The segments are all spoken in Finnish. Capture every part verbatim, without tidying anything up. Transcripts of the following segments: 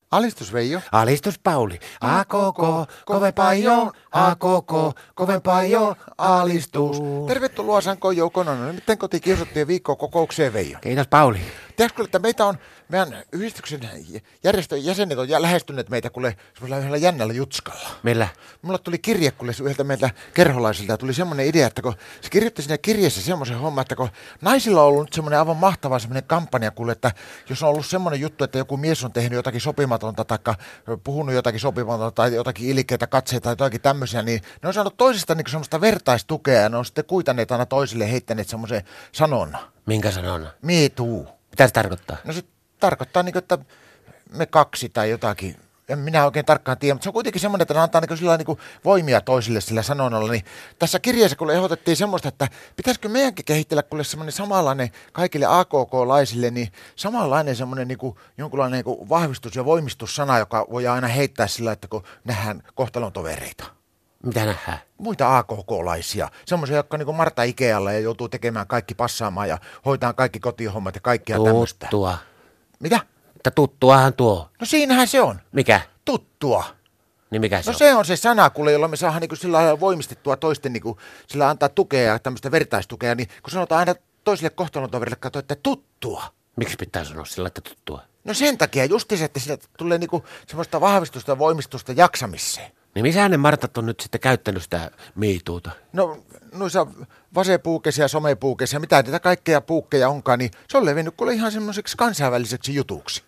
Alistus Veijo. Alistus Pauli. A K K, kovempaa jo. A K K, kovempaa jo. Alistus. Tervetuloa Sanko Joukononen. Miten kotikiusattujen viikkoon kokoukseen Veijo? Kiitos Pauli. Tiedätkö, että meitä on, meidän yhdistyksen järjestön jäsenet on lähestyneet meitä kuule semmoisella yhdellä jännällä jutskalla. Millä? Mulla tuli kirje kuule yhdeltä meiltä kerholaisilta ja tuli semmoinen idea, että kun se kirjoitti siinä kirjeessä semmoisen homman, että kun naisilla on ollut nyt semmoinen aivan mahtava semmoinen kampanja kuule, että jos on ollut semmoinen juttu, että joku mies on tehnyt jotakin sopimatonta tai puhunut jotakin sopimatonta tai jotakin ilkeitä katseita tai jotakin tämmöisiä, niin ne on saanut toisista niin semmoista vertaistukea ja ne on sitten kuitanneet aina toisille heittäneet semmoisen sanonnan. Minkä sanonnan? Me too. Mitä se tarkoittaa? No se tarkoittaa, niin kuin, että me kaksi tai jotakin. En minä oikein tarkkaan tiedä, mutta se on kuitenkin semmoinen, että ne antaa niin sillä niin kuin voimia toisille sillä sanonnalla. Niin tässä kirjeessä kun ehdotettiin semmoista, että pitäisikö meidänkin kehitellä kuule semmoinen samanlainen kaikille A K K-laisille, niin samanlainen semmoinen niin kuin, jonkunlainen niin kuin vahvistus- ja voimistussana, joka voi aina heittää sillä, että kun nähdään kohtalon tovereita. Mitä nähdään? Muita A K K-laisia, semmoisia, jotka on niin kuin Marta Ikealla ja joutuu tekemään kaikki passaamaan ja hoitaa kaikki kotihommat ja kaikkia tämmöistä. Tuttua. Mitä? Että tuttuahan tuo. No siinähän se on. Mikä? Tuttua. Niin mikä se No on? se on se sana, kuule, jolla me saadaan niin kuin sillä lailla voimistettua toisten, niin kuin, sillä antaa tukea ja tämmöistä vertaistukea, niin kun sanotaan aina toisille kohtalontoverille, katso, että tuttua. Miksi pitää sanoa sillä, että tuttua? No sen takia justiinsa, että sieltä tulee niin kuin semmoista vahvistusta ja voimistusta jaksamiseen. Niin missä ne Martat on nyt sitten käyttänyt sitä miituuta? No noissa vasepuukeissa ja somepuukeissa ja mitä niitä kaikkea puukkeja onkaan, niin se on levinnyt kuule ihan semmoiseksi kansainväliseksi jutuksi.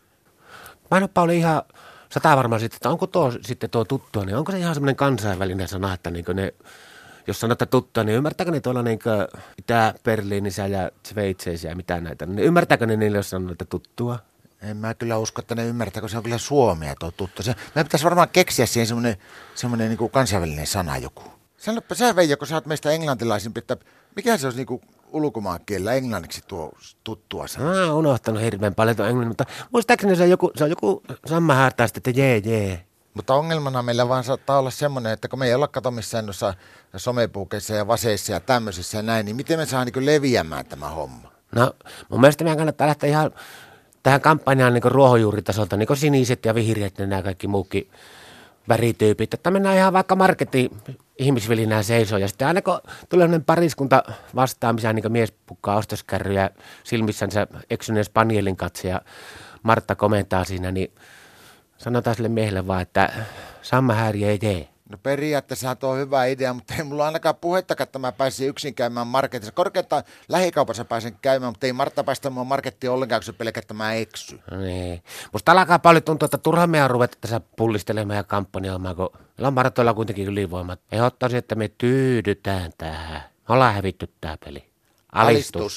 Mä en ole Pauli ihan sata varmaan sitten, että onko tuo sitten tuo tuttua, niin onko se ihan semmoinen kansainvälinen sana, että niin ne, jos sanotaan tuttua, niin ymmärtääkö ne tuolla niin Itä-Berliinissä ja Sveitseissä ja mitä näitä, niin ymmärtääkö ne niille, jos sanoo, että tuttua? En mä kyllä usko, että ne ymmärtää, kun se on kyllä suomea tuo tuttu. Se, meidän pitäisi varmaan keksiä siihen semmoinen, semmoinen niin kuin kansainvälinen sana joku. Sanoppa sä Veijo, kun sä oot meistä englantilaisimpi, että mikä se olisi niin kuin ulkomaankielellä englanniksi tuo tuttua sana? Mä oon unohtanut hirveän paljon tuon englannin, mutta muistaakseni se on joku, se on joku Samma Härtäistä, että jee jee. Mutta ongelmana meillä vaan saattaa olla semmoinen, että kun me ei olla kato missään noissa somepuukeissa ja vaseissa ja tämmöisissä ja näin, niin miten me saa niin kuin leviämään tämä homma? No mun mielestä meidän kannattaa lähteä ihan tähän kampanjaan niin ruohonjuuritasolta, niin kuin siniset ja vihreät ja nämä kaikki muukin värityypit, että mennään ihan vaikka marketin ihmisvilinään seisoo ja sitten aina kun tulee sellainen pariskunta vastaan, missä niin mies pukkaa ostoskärryjä silmissänsä eksyneen spanielin katse ja Martta komentaa siinä, niin sanotaan sille miehelle vaan, että Samma häiriö ei tee. No periaatteessa tuo on hyvä idea, mutta ei mulla ainakaan puhettakaan, että mä pääsin yksin käymään marketissa. Korkeintaan lähikaupassa pääsen käymään, mutta ei Martta päästä mua markettiin ollenkaan, kun se pelkää, että mä eksy. No niin. Musta alkaa paljon tuntua, että turhaan meidän ruveta tässä pullistelemaan ja kampanjoimaan, kun meillä on Martoilla kuitenkin ylivoimat. Ehdottaisin, että me tyydytään tähän. Me ollaan hävitty tää peli. Alistus. Alistus.